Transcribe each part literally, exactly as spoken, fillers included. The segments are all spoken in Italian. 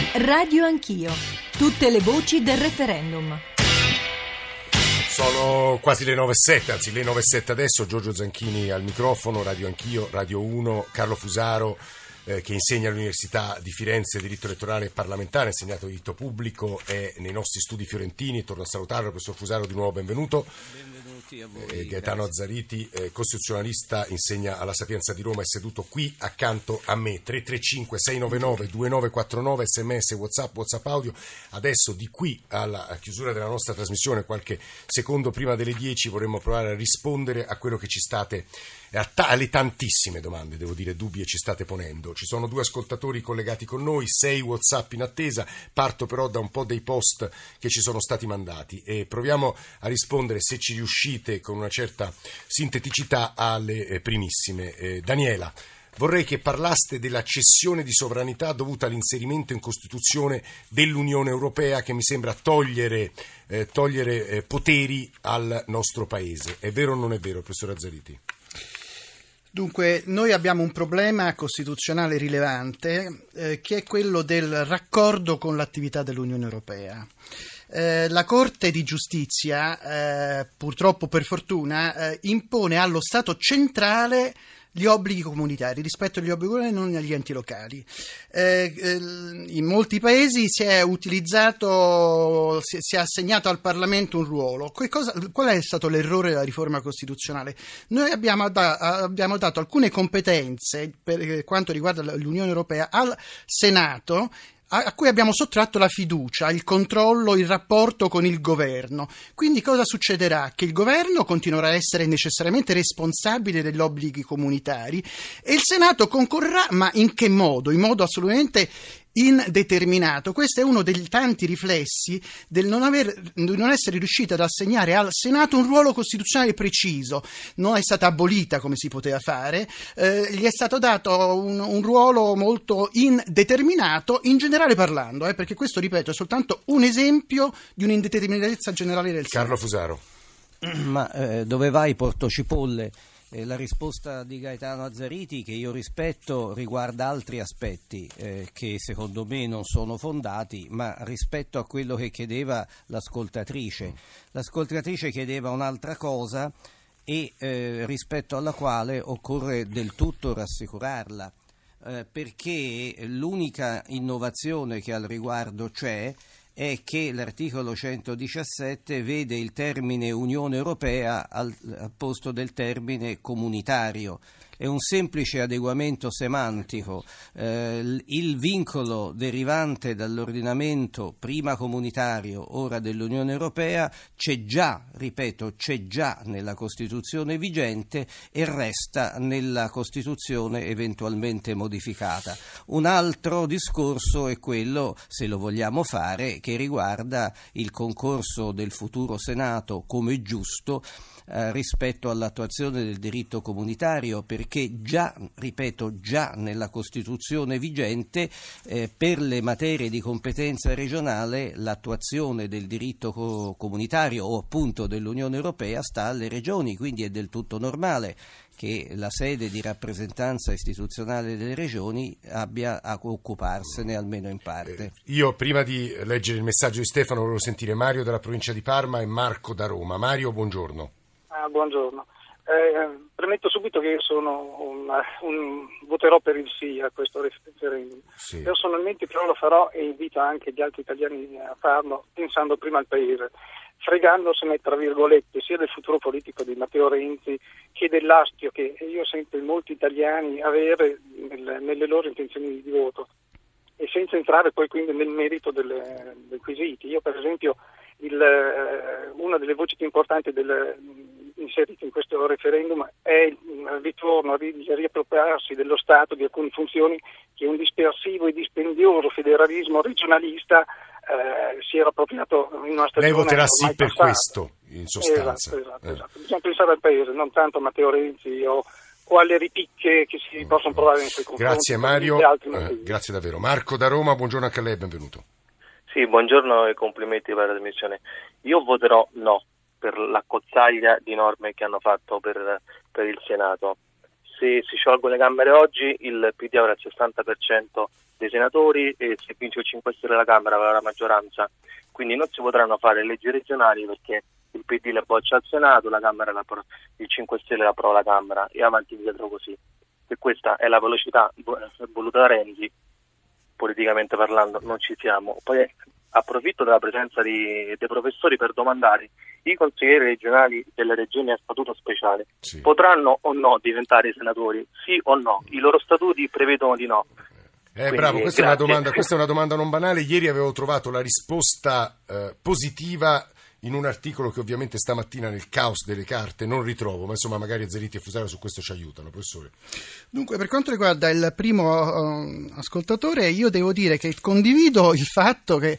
Radio Anch'io. Tutte le voci del referendum. Sono quasi le nove e sette, anzi le nove e sette adesso. Giorgio Zanchini al microfono, Radio Anch'io, Radio uno, Carlo Fusaro eh, che insegna all'Università di Firenze diritto elettorale e parlamentare, ha insegnato diritto pubblico, è nei nostri studi fiorentini. Torno a salutarlo, professor Fusaro, di nuovo benvenuto. Benvenuti a voi. Eh, Gaetano Azzariti, eh, costituzionalista, insegna alla Sapienza di Roma, è seduto qui accanto a me. Tre tre cinque sei nove nove due nove quattro nove, sms, whatsapp, whatsapp audio. Adesso di qui alla chiusura della nostra trasmissione, qualche secondo prima delle dieci, vorremmo provare a rispondere a quello che ci state, alle tantissime domande, devo dire, dubbi che ci state ponendo. Ci sono due ascoltatori collegati con noi, sei whatsapp in attesa. Parto però da un po' dei post che ci sono stati mandati e proviamo a rispondere, se ci riuscite, con una certa sinteticità, alle primissime. eh, Daniela, vorrei che parlaste della cessione di sovranità dovuta all'inserimento in Costituzione dell'Unione Europea, che mi sembra togliere, eh, togliere eh, poteri al nostro Paese. È vero o non è vero, professor Azzariti? Dunque, noi abbiamo un problema costituzionale rilevante eh, che è quello del raccordo con l'attività dell'Unione Europea. Eh, la Corte di Giustizia, eh, purtroppo per fortuna, eh, impone allo Stato centrale gli obblighi comunitari rispetto agli obblighi comunitari, non agli enti locali. Eh, eh, in molti paesi si è utilizzato, si, si è assegnato al Parlamento un ruolo. Che cosa, qual è stato l'errore della riforma costituzionale? Noi abbiamo, da, abbiamo dato alcune competenze per quanto riguarda l'Unione Europea al Senato, a cui abbiamo sottratto la fiducia, il controllo, il rapporto con il governo. Quindi cosa succederà? Che il governo continuerà a essere necessariamente responsabile degli obblighi comunitari e il Senato concorrerà, ma in che modo? In modo assolutamente indeterminato. Questo è uno degli tanti riflessi del non, aver, non essere riusciti ad assegnare al Senato un ruolo costituzionale preciso. Non è stata abolita come si poteva fare, eh, gli è stato dato un, un ruolo molto indeterminato, in generale parlando, eh, perché questo, ripeto, è soltanto un esempio di un'indeterminatezza generale del Senato. Carlo Fusaro. Ma eh, dove vai, porto cipolle? Eh, la risposta di Gaetano Azzariti, che io rispetto, riguarda altri aspetti eh, che secondo me non sono fondati, ma rispetto a quello che chiedeva l'ascoltatrice. L'ascoltatrice chiedeva un'altra cosa e eh, rispetto alla quale occorre del tutto rassicurarla, eh, perché l'unica innovazione che al riguardo c'è è che l'articolo centodiciassette vede il termine Unione Europea al, al posto del termine comunitario. È un semplice adeguamento semantico. Eh, il vincolo derivante dall'ordinamento prima comunitario, ora dell'Unione Europea, c'è già, ripeto, c'è già nella Costituzione vigente e resta nella Costituzione eventualmente modificata. Un altro discorso è quello, se lo vogliamo fare, che riguarda il concorso del futuro Senato come giusto eh, rispetto all'attuazione del diritto comunitario, perché già, ripeto, già nella Costituzione vigente eh, per le materie di competenza regionale l'attuazione del diritto co- comunitario o appunto dell'Unione Europea sta alle regioni, quindi è del tutto normale che la sede di rappresentanza istituzionale delle regioni abbia a occuparsene almeno in parte. Eh, io prima di leggere il messaggio di Stefano volevo sentire Mario dalla provincia di Parma e Marco da Roma. Mario, buongiorno. Ah, buongiorno. Eh, premetto subito che io sono un, un voterò per il sì a questo referendum. Sì. Personalmente però lo farò e invito anche gli altri italiani a farlo pensando prima al paese, fregandosene tra virgolette sia del futuro politico di Matteo Renzi che dell'astio che io sento in molti italiani avere nel, nelle loro intenzioni di voto, e senza entrare poi quindi nel merito delle, dei quesiti. Io per esempio il, eh, una delle voci più importanti del, inserite in questo referendum è il ritorno a riappropriarsi dello Stato di alcune funzioni che un dispersivo e dispendioso federalismo regionalista eh, si era appropriato in una stagione. Lei voterà sì per passata. Questo, in sostanza. Esatto, esatto, eh. esatto. Bisogna pensare al paese, non tanto a Matteo Renzi o quale ripicche che si possono provare nei suoi confronti. Grazie Mario, eh, grazie davvero. Marco da Roma, buongiorno anche a lei, benvenuto. Sì, buongiorno e complimenti per la trasmissione. Io voterò no per l'accozzaglia di norme che hanno fatto per, per il Senato. se si sciolgono le Camere oggi il P D avrà il sessanta per cento dei senatori e se vince il cinque Stelle la Camera avrà la maggioranza, quindi non si potranno fare leggi regionali perché il P D le boccia al Senato, la Camera la, il cinque Stelle la approva alla Camera e avanti e indietro così. E questa è la velocità voluta da Renzi, politicamente parlando non ci siamo. Poi approfitto della presenza di, dei professori per domandare: i consiglieri regionali delle regioni a statuto speciale sì. potranno o no diventare senatori? Sì o no? I loro statuti prevedono di no. Eh, Quindi, bravo, questa è, una domanda, questa è una domanda non banale. Ieri avevo trovato la risposta eh, positiva in un articolo che ovviamente stamattina nel caos delle carte non ritrovo, ma insomma magari Azzariti e Fusaro su questo ci aiutano, professore. Dunque, per quanto riguarda il primo uh, ascoltatore, io devo dire che condivido il fatto che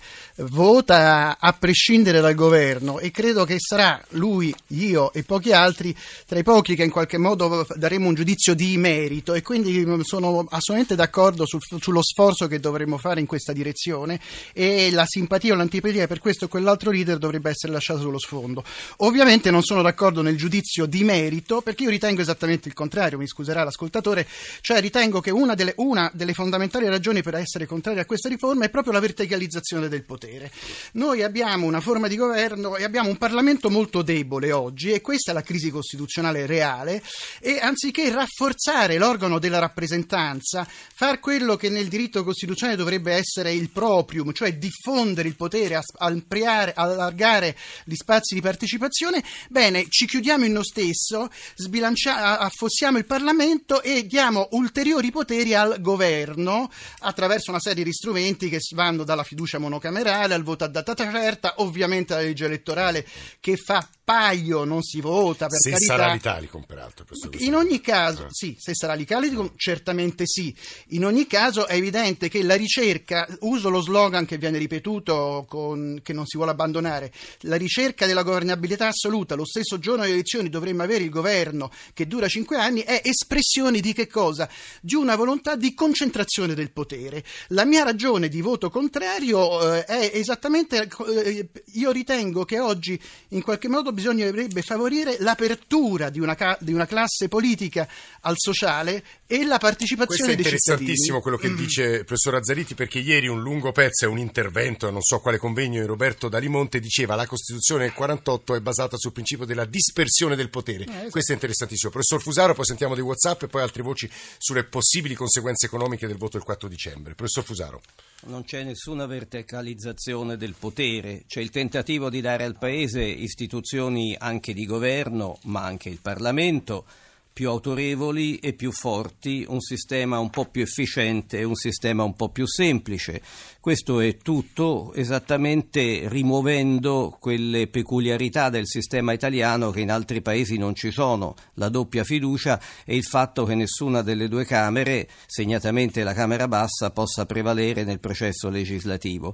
vota a prescindere dal governo e credo che sarà lui, io e pochi altri tra i pochi che in qualche modo daremo un giudizio di merito, e quindi sono assolutamente d'accordo sul, sullo sforzo che dovremmo fare in questa direzione, e la simpatia o l'antipatia per questo o quell'altro leader dovrebbe essere lasciato sullo sfondo. Ovviamente non sono d'accordo nel giudizio di merito, perché io ritengo esattamente il contrario, mi scuserà l'ascoltatore, cioè ritengo che una delle, una delle fondamentali ragioni per essere contrari a questa riforma è proprio la verticalizzazione del potere. Noi abbiamo una forma di governo e abbiamo un Parlamento molto debole oggi, e questa è la crisi costituzionale reale, e anziché rafforzare l'organo della rappresentanza, far quello che nel diritto costituzionale dovrebbe essere il proprium, cioè diffondere il potere, ampliare, allargare gli spazi di partecipazione, bene, ci chiudiamo in noi stesso, sbilancia- affossiamo il Parlamento e diamo ulteriori poteri al governo attraverso una serie di strumenti che vanno dalla fiducia monocamerale al voto a data certa, ovviamente la legge elettorale che fa paio, non si vota, per se carità. sarà l'Italicum, peraltro. In ogni caso, ah. sì, se sarà l'Italicum, ah. certamente sì. In ogni caso è evidente che la ricerca, uso lo slogan che viene ripetuto con, che non si vuole abbandonare, la ricerca della governabilità assoluta, lo stesso giorno delle elezioni dovremmo avere il governo che dura cinque anni, è espressione di che cosa? Di una volontà di concentrazione del potere. La mia ragione di voto contrario eh, è esattamente, eh, io ritengo che oggi in qualche modo bisognerebbe favorire l'apertura di una, ca- di una classe politica al sociale e la partecipazione dei cittadini. Questo è interessantissimo quello che mm. dice il professor Azzariti, perché ieri un lungo pezzo e un intervento a non so quale convegno di Roberto Dalimonte diceva la Costituzione del quarantotto è basata sul principio della dispersione del potere. Eh, esatto. Questo è interessantissimo. Professor Fusaro, poi sentiamo dei WhatsApp e poi altre voci sulle possibili conseguenze economiche del voto del quattro dicembre. Professor Fusaro. Non c'è nessuna verticalizzazione del potere, c'è il tentativo di dare al Paese istituzioni anche di governo, ma anche il Parlamento, più autorevoli e più forti, un sistema un po' più efficiente e un sistema un po' più semplice. Questo è tutto esattamente rimuovendo quelle peculiarità del sistema italiano che in altri paesi non ci sono, la doppia fiducia e il fatto che nessuna delle due Camere, segnatamente la Camera bassa, possa prevalere nel processo legislativo.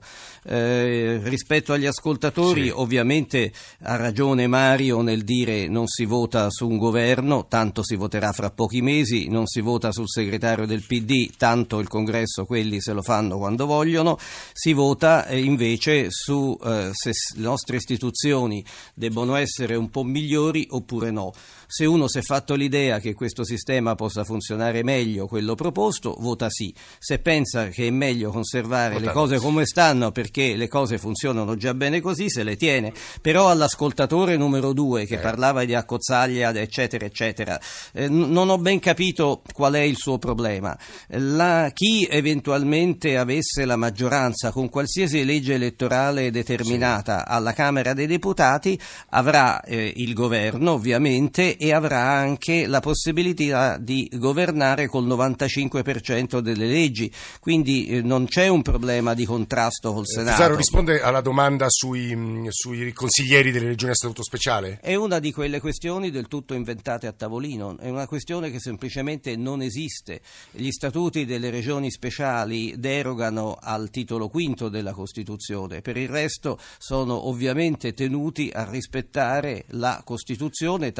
Eh, rispetto agli ascoltatori, sì. Ovviamente ha ragione Mario nel dire non si vota su un governo, tanto si voterà fra pochi mesi, non si vota sul segretario del P D, tanto il Congresso quelli se lo fanno quando vogliono, si vota invece su eh, se le nostre istituzioni debbono essere un po' migliori oppure no. Se uno si è fatto l'idea che questo sistema possa funzionare meglio, quello proposto, vota sì. Se pensa che è meglio conservare vota le cose no. come stanno perché le cose funzionano già bene così, se le tiene. Però all'ascoltatore numero due che eh. parlava di accozzaglia eccetera eccetera, eh, n- non ho ben capito qual è il suo problema. La, chi eventualmente avesse la maggioranza con qualsiasi legge elettorale determinata sì. alla Camera dei Deputati avrà eh, il governo ovviamente e avrà anche la possibilità di governare col novantacinque per cento delle leggi, quindi eh, non c'è un problema di contrasto col Senato. Fusaro risponde alla domanda sui, sui consiglieri delle regioni a statuto speciale? È una di quelle questioni del tutto inventate a tavolino, è una questione che semplicemente non esiste. Gli statuti delle regioni speciali derogano al titolo quinto della Costituzione, per il resto sono ovviamente tenuti a rispettare la Costituzione, tanto più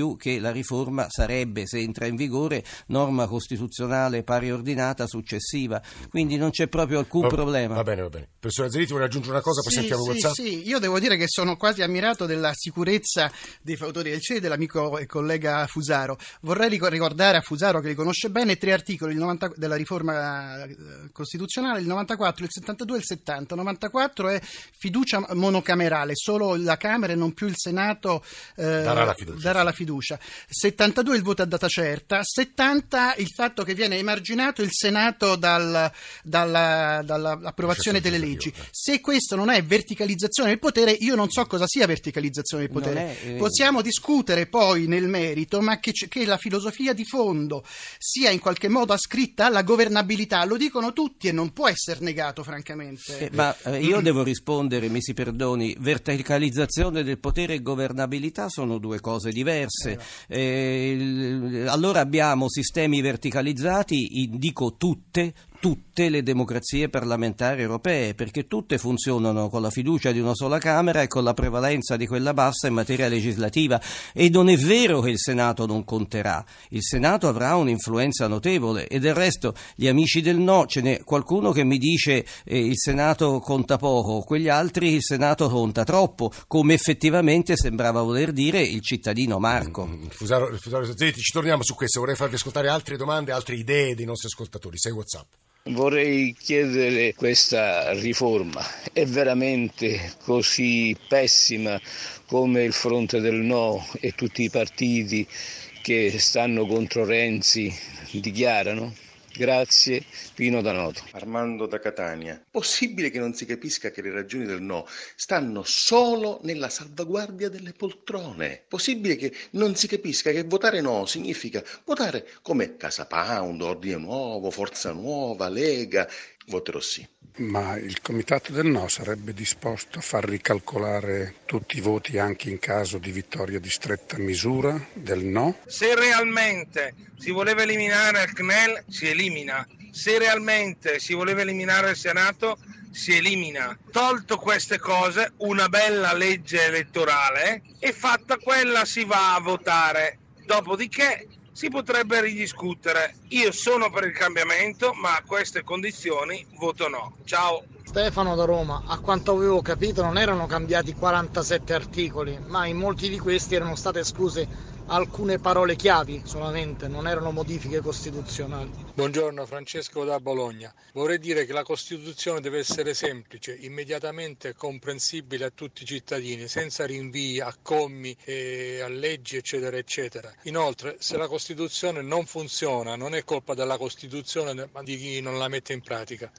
più che la riforma sarebbe, se entra in vigore, norma costituzionale pari ordinata successiva, quindi non c'è proprio alcun va, problema. Va bene, va bene. Professor Azzariti, vuole aggiungere una cosa? Poi Sì, sentiamo sì, WhatsApp. sì, io devo dire che sono quasi ammirato della sicurezza dei fautori del C E E, dell'amico e collega Fusaro. Vorrei ricordare a Fusaro, che li conosce bene, tre articoli il novanta, della riforma costituzionale, il novantaquattro, il settantadue e il settanta. novantaquattro è fiducia monocamerale, solo la Camera e non più il Senato eh, darà la fiducia. Darà la fiducia. settantadue il voto a data certa, settanta il fatto che viene emarginato il Senato dal, dalla, dall'approvazione delle leggi. Se questo non è verticalizzazione del potere, io non so cosa sia verticalizzazione del potere. È, eh... Possiamo discutere poi nel merito, ma che, che la filosofia di fondo sia in qualche modo ascritta alla governabilità, lo dicono tutti e non può essere negato, francamente. Eh, ma eh, io devo rispondere, mi si perdoni, verticalizzazione del potere e governabilità sono due cose diverse. Eh, il, allora abbiamo sistemi verticalizzati, dico tutte, tutte le democrazie parlamentari europee, perché tutte funzionano con la fiducia di una sola Camera e con la prevalenza di quella bassa in materia legislativa, e non è vero che il Senato non conterà, il Senato avrà un'influenza notevole, e del resto gli amici del no, ce n'è qualcuno che mi dice eh, il Senato conta poco, quegli altri il Senato conta troppo, come effettivamente sembrava voler dire il cittadino Marco. Mm, Fusaro, Fusaro Azzariti, ci torniamo su questo, vorrei farvi ascoltare altre domande, altre idee dei nostri ascoltatori. Sei WhatsApp. Vorrei chiedere, questa riforma è veramente così pessima come il fronte del no e tutti i partiti che stanno contro Renzi dichiarano? Grazie, Pino da Noto. Armando da Catania. Possibile che non si capisca che le ragioni del no stanno solo nella salvaguardia delle poltrone? Possibile che non si capisca che votare no significa votare come Casa Pound, Ordine Nuovo, Forza Nuova, Lega? Voterò sì. Ma il comitato del no sarebbe disposto a far ricalcolare tutti i voti anche in caso di vittoria di stretta misura del no? Se realmente si voleva eliminare il C N E L, si elimina. Se realmente si voleva eliminare il Senato, si elimina. Tolto queste cose, una bella legge elettorale, e fatta quella si va a votare. Dopodiché si potrebbe ridiscutere. Io sono per il cambiamento, ma a queste condizioni voto no. Ciao. Stefano da Roma. A quanto avevo capito non erano cambiati quarantasette articoli, ma in molti di questi erano state escluse alcune parole chiavi solamente, non erano modifiche costituzionali. Buongiorno, Francesco da Bologna. Vorrei dire che la Costituzione deve essere semplice, immediatamente comprensibile a tutti i cittadini, senza rinvii a commi e a leggi eccetera eccetera. Inoltre, se la Costituzione non funziona, non è colpa della Costituzione ma di chi non la mette in pratica.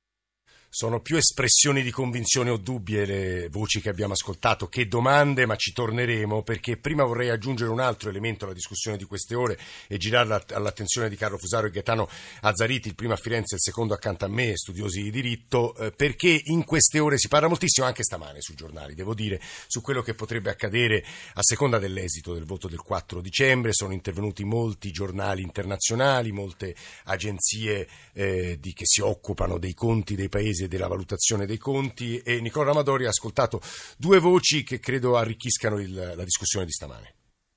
Sono più espressioni di convinzione o dubbie le voci che abbiamo ascoltato che domande, ma ci torneremo, perché prima vorrei aggiungere un altro elemento alla discussione di queste ore e girarla all'attenzione di Carlo Fusaro e Gaetano Azzariti, il primo a Firenze e il secondo accanto a me, studiosi di diritto, eh, perché in queste ore si parla moltissimo, anche stamane sui giornali, devo dire, su quello che potrebbe accadere a seconda dell'esito del voto del quattro dicembre. Sono intervenuti molti giornali internazionali, molte agenzie eh, di, che si occupano dei conti dei paesi e della valutazione dei conti, e Nicola Ramadori ha ascoltato due voci che credo arricchiscano il, la discussione di stamane.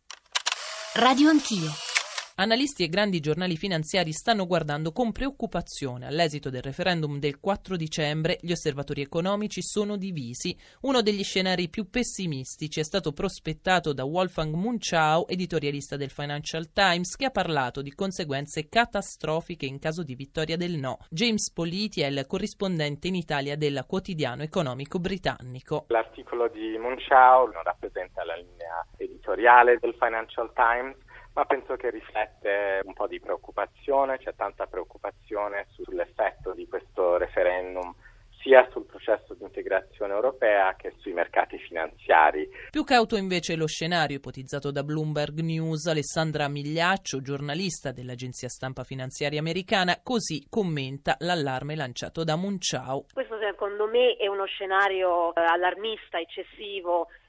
Radio Anch'io. Analisti e grandi giornali finanziari stanno guardando con preoccupazione all'esito del referendum del quattro dicembre. Gli osservatori economici sono divisi. Uno degli scenari più pessimistici è stato prospettato da Wolfgang Munchau, editorialista del Financial Times, che ha parlato di conseguenze catastrofiche in caso di vittoria del no. James Politi è il corrispondente in Italia del quotidiano economico britannico. L'articolo di Munchau non rappresenta la linea editoriale del Financial Times, ma penso che riflette un po' di preoccupazione. C'è tanta preoccupazione sull'effetto di questo referendum sia sul processo di integrazione europea che sui mercati finanziari. Più cauto invece lo scenario ipotizzato da Bloomberg News. Alessandra Migliaccio, giornalista dell'agenzia stampa finanziaria americana, così commenta l'allarme lanciato da Munchau. Questo secondo me è uno scenario allarmista, eccessivo,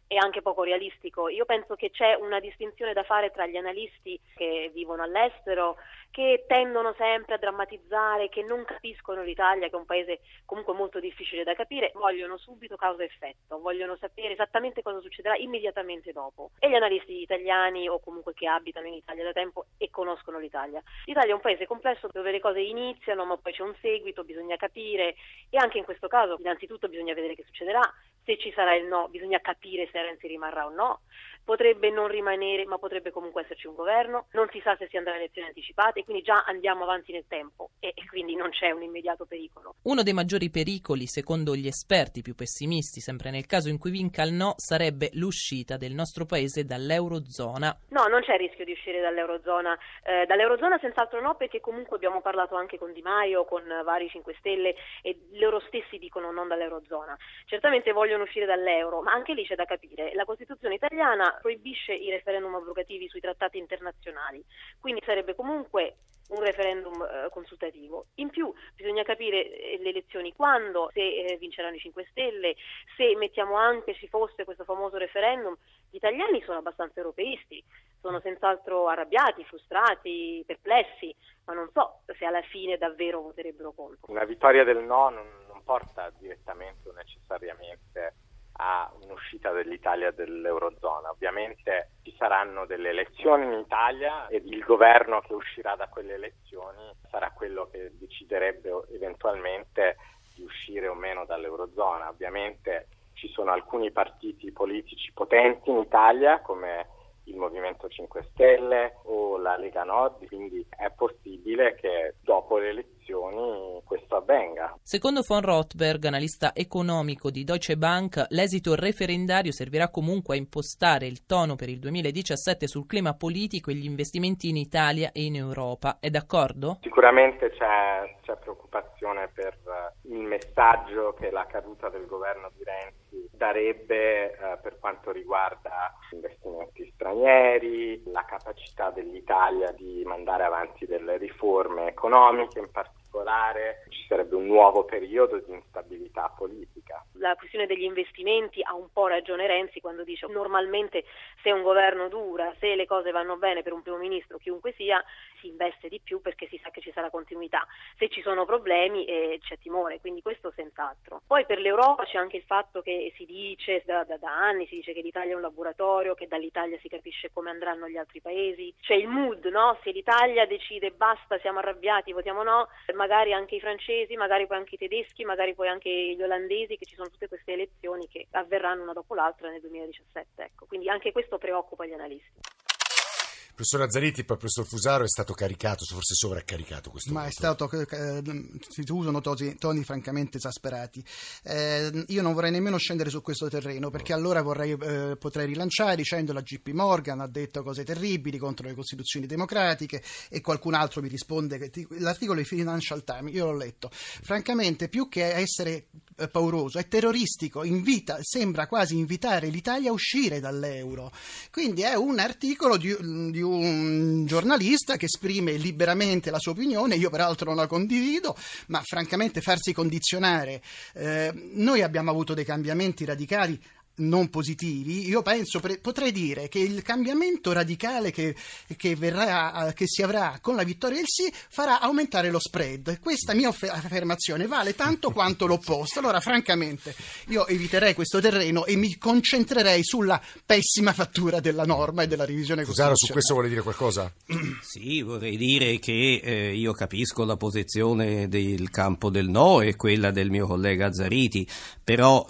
è anche poco realistico. Io penso che c'è una distinzione da fare tra gli analisti che vivono all'estero, che tendono sempre a drammatizzare, che non capiscono l'Italia, che è un paese comunque molto difficile da capire, vogliono subito causa-effetto, vogliono sapere esattamente cosa succederà immediatamente dopo. E gli analisti italiani, o comunque che abitano in Italia da tempo e conoscono l'Italia. L'Italia è un paese complesso dove le cose iniziano, ma poi c'è un seguito, bisogna capire, e anche in questo caso innanzitutto bisogna vedere che succederà. Se ci sarà il no, bisogna capire se Renzi rimarrà o no. Potrebbe non rimanere, ma potrebbe comunque esserci un governo. Non si sa se si andrà a elezioni anticipate, quindi già andiamo avanti nel tempo e, e quindi non c'è un immediato pericolo. Uno dei maggiori pericoli, secondo gli esperti più pessimisti, sempre nel caso in cui vinca il no, sarebbe l'uscita del nostro paese dall'Eurozona. No, non c'è il rischio di uscire dall'Eurozona. Eh, dall'Eurozona senz'altro no, perché comunque abbiamo parlato anche con Di Maio, con vari cinque Stelle, e loro stessi dicono non dall'Eurozona. Certamente vogliono uscire dall'euro, ma anche lì c'è da capire. La Costituzione italiana proibisce i referendum abrogativi sui trattati internazionali, quindi sarebbe comunque un referendum eh, consultativo. In più bisogna capire eh, le elezioni quando, se eh, vinceranno i cinque Stelle, se mettiamo anche ci fosse questo famoso referendum. Gli italiani sono abbastanza europeisti, sono senz'altro arrabbiati, frustrati, perplessi, ma non so se alla fine davvero voterebbero contro. Una vittoria del no non, non porta direttamente o necessariamente a un'uscita dell'Italia dall'Eurozona. Ovviamente ci saranno delle elezioni in Italia e il governo che uscirà da quelle elezioni sarà quello che deciderebbe eventualmente di uscire o meno dall'Eurozona. Ovviamente ci sono alcuni partiti politici potenti in Italia come il Movimento cinque Stelle o la Lega Nord, quindi è possibile che dopo le elezioni questo avvenga. Secondo von Rothberg, analista economico di Deutsche Bank, l'esito referendario servirà comunque a impostare il tono per il duemiladiciassette sul clima politico e gli investimenti in Italia e in Europa. È d'accordo? Sicuramente c'è, c'è preoccupazione per il messaggio che la caduta del governo di Renzi darebbe eh, per quanto riguarda investimenti stranieri, la capacità dell'Italia di mandare avanti delle riforme economiche, in particolare ci sarebbe un nuovo periodo di instabilità politica. La questione degli investimenti ha un po' ragione Renzi quando dice normalmente se un governo dura, se le cose vanno bene per un primo ministro, chiunque sia, si investe di più perché si sa che ci sarà continuità. Se ci sono problemi eh, c'è timore, quindi questo senz'altro. Poi per l'Europa c'è anche il fatto che si dice da, da, da anni, si dice che l'Italia è un laboratorio, che dall'Italia si capisce come andranno gli altri paesi. C'è il mood, no? Se l'Italia decide basta, siamo arrabbiati, votiamo no, magari anche i francesi, magari poi anche i tedeschi, magari poi anche gli olandesi, che ci sono tutte queste elezioni che avverranno una dopo l'altra nel duemiladiciassette. Ecco. Quindi anche questo preoccupa gli analisti. Professor Nazzaretti, il professor Fusaro è stato caricato, forse sovraccaricato questo Ma voto. è stato, eh, si usano toni, toni francamente esasperati. Eh, io non vorrei nemmeno scendere su questo terreno, perché no. allora vorrei, eh, potrei rilanciare dicendo la J P Morgan ha detto cose terribili contro le costituzioni democratiche e qualcun altro mi risponde che ti, l'articolo di Financial Times, io l'ho letto, francamente più che essere eh, pauroso, è terroristico, invita, sembra quasi invitare l'Italia a uscire dall'euro. Quindi è un articolo di, di un giornalista che esprime liberamente la sua opinione, io peraltro non la condivido, ma francamente farsi condizionare. Eh, noi abbiamo avuto dei cambiamenti radicali non positivi. Io penso, pre- potrei dire che il cambiamento radicale che, che, verrà, che si avrà con la vittoria del sì farà aumentare lo spread. Questa mia off- affermazione vale tanto quanto l'opposto. Allora francamente io eviterei questo terreno e mi concentrerei sulla pessima fattura della norma e della revisione Fusaro, costituzionale. su questo vuole dire qualcosa? Sì, vorrei dire che eh, io capisco la posizione del campo del no e quella del mio collega Azzariti, però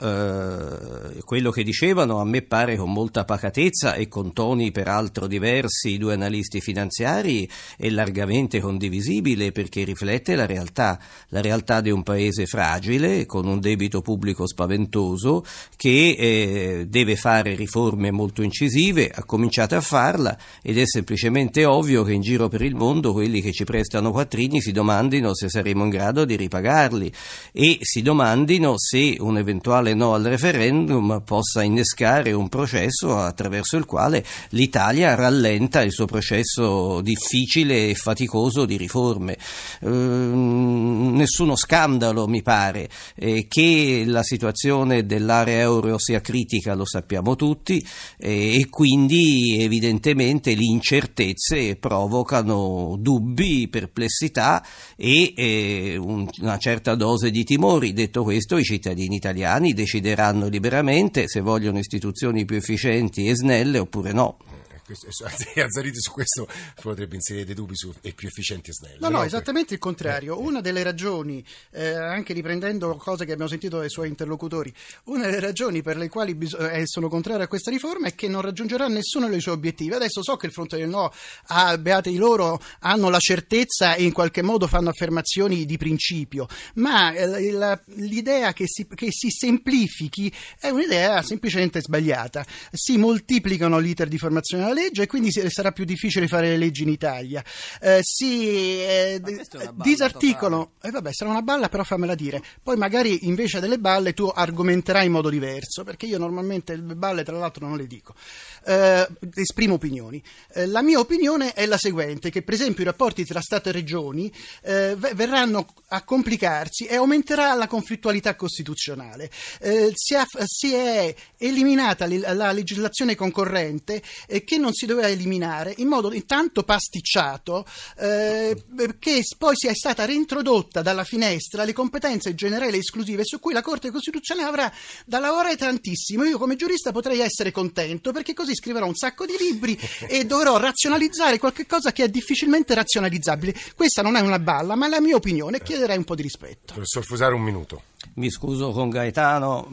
eh, quello che dicevano a me pare con molta pacatezza e con toni peraltro diversi i due analisti finanziari è largamente condivisibile, perché riflette la realtà, la realtà di un paese fragile con un debito pubblico spaventoso che eh, deve fare riforme molto incisive, ha cominciato a farla ed è semplicemente ovvio che in giro per il mondo quelli che ci prestano quattrini si domandino se saremo in grado di ripagarli e si domandino se un eventuale no al referendum possa possa innescare un processo attraverso il quale l'Italia rallenta il suo processo difficile e faticoso di riforme. Eh, nessuno scandalo, mi pare, eh, che la situazione dell'area euro sia critica, lo sappiamo tutti, eh, e quindi evidentemente le incertezze provocano dubbi, perplessità e eh, un, una certa dose di timori. Detto questo, i cittadini italiani decideranno liberamente se vogliono istituzioni più efficienti e snelle oppure no. Azzariti su questo potrebbe inserire dei dubbi su e più efficienti e snelli. No, no, esattamente il contrario. Una delle ragioni, eh, anche riprendendo cose che abbiamo sentito dai suoi interlocutori, una delle ragioni per le quali bis- eh, sono contrario a questa riforma è che non raggiungerà nessuno dei suoi obiettivi. Adesso so che il Fronte del No, ah, beati di loro, hanno la certezza e in qualche modo fanno affermazioni di principio, ma eh, la, l'idea che si, che si semplifichi è un'idea semplicemente sbagliata. Si moltiplicano l'iter di formazione della legge e quindi sarà più difficile fare le leggi in Italia. Eh, si eh, disarticolano, e eh, vabbè, sarà una balla, però fammela dire. Poi magari invece delle balle tu argomenterai in modo diverso, perché io normalmente le balle tra l'altro non le dico. Eh, esprimo opinioni. Eh, la mia opinione è la seguente, che per esempio i rapporti tra Stato e Regioni eh, verranno a complicarsi e aumenterà la conflittualità costituzionale. Eh, si, ha, si è eliminata la, la legislazione concorrente eh, che non si doveva eliminare in modo intanto pasticciato, eh, che poi sia stata reintrodotta dalla finestra le competenze generali esclusive su cui la Corte Costituzionale avrà da lavorare tantissimo. Io come giurista potrei essere contento, perché così scriverò un sacco di libri e dovrò razionalizzare qualche cosa che è difficilmente razionalizzabile. Questa non è una balla, ma è la mia opinione, chiederei un po' di rispetto. Professor Fusaro, un minuto. Mi scuso con Gaetano,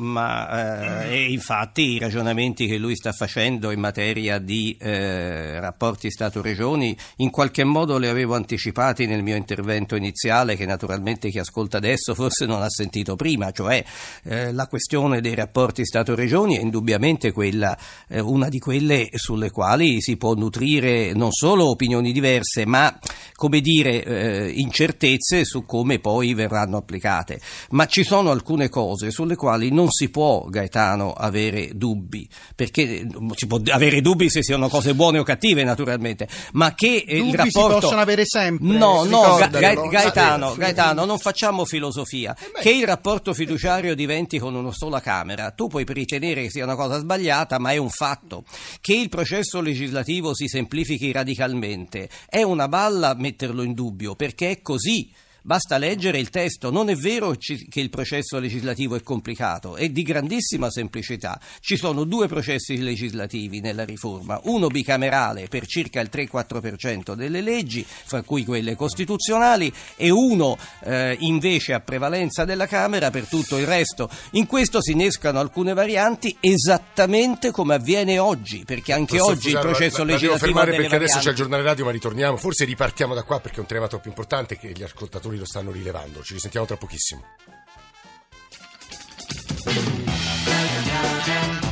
ma eh, e infatti i ragionamenti che lui sta facendo in materia di eh, rapporti Stato-Regioni in qualche modo li avevo anticipati nel mio intervento iniziale, che naturalmente chi ascolta adesso forse non ha sentito prima, cioè eh, la questione dei rapporti Stato-Regioni è indubbiamente quella, eh, una di quelle sulle quali si può nutrire non solo opinioni diverse, ma come dire eh, incertezze su come poi verranno applicate. Ma ci sono alcune cose sulle quali non si può, Gaetano, avere dubbi, perché si può avere dubbi se siano cose buone o cattive, naturalmente, ma che dubbi il rapporto si possono avere sempre. No, no, Ga- Ga- Gaetano, Gaetano, non facciamo filosofia. Eh che il rapporto fiduciario diventi con una sola Camera, tu puoi ritenere che sia una cosa sbagliata, ma è un fatto. Che il processo legislativo si semplifichi radicalmente è una balla metterlo in dubbio, perché è così. Basta leggere il testo. Non è vero che il processo legislativo è complicato, è di grandissima semplicità. Ci sono due processi legislativi nella riforma, uno bicamerale per circa il tre quattro per cento delle leggi, fra cui quelle costituzionali, e uno eh, invece a prevalenza della Camera per tutto il resto. In questo si innescano alcune varianti, esattamente come avviene oggi, perché anche Professor oggi Fusaro, il processo la, la legislativo devo fermare ha delle perché varianti. Adesso c'è il giornale radio, ma ritorniamo, forse ripartiamo da qua perché è un tema troppo importante che gli ascoltatori lo stanno rilevando. Ci risentiamo tra pochissimo.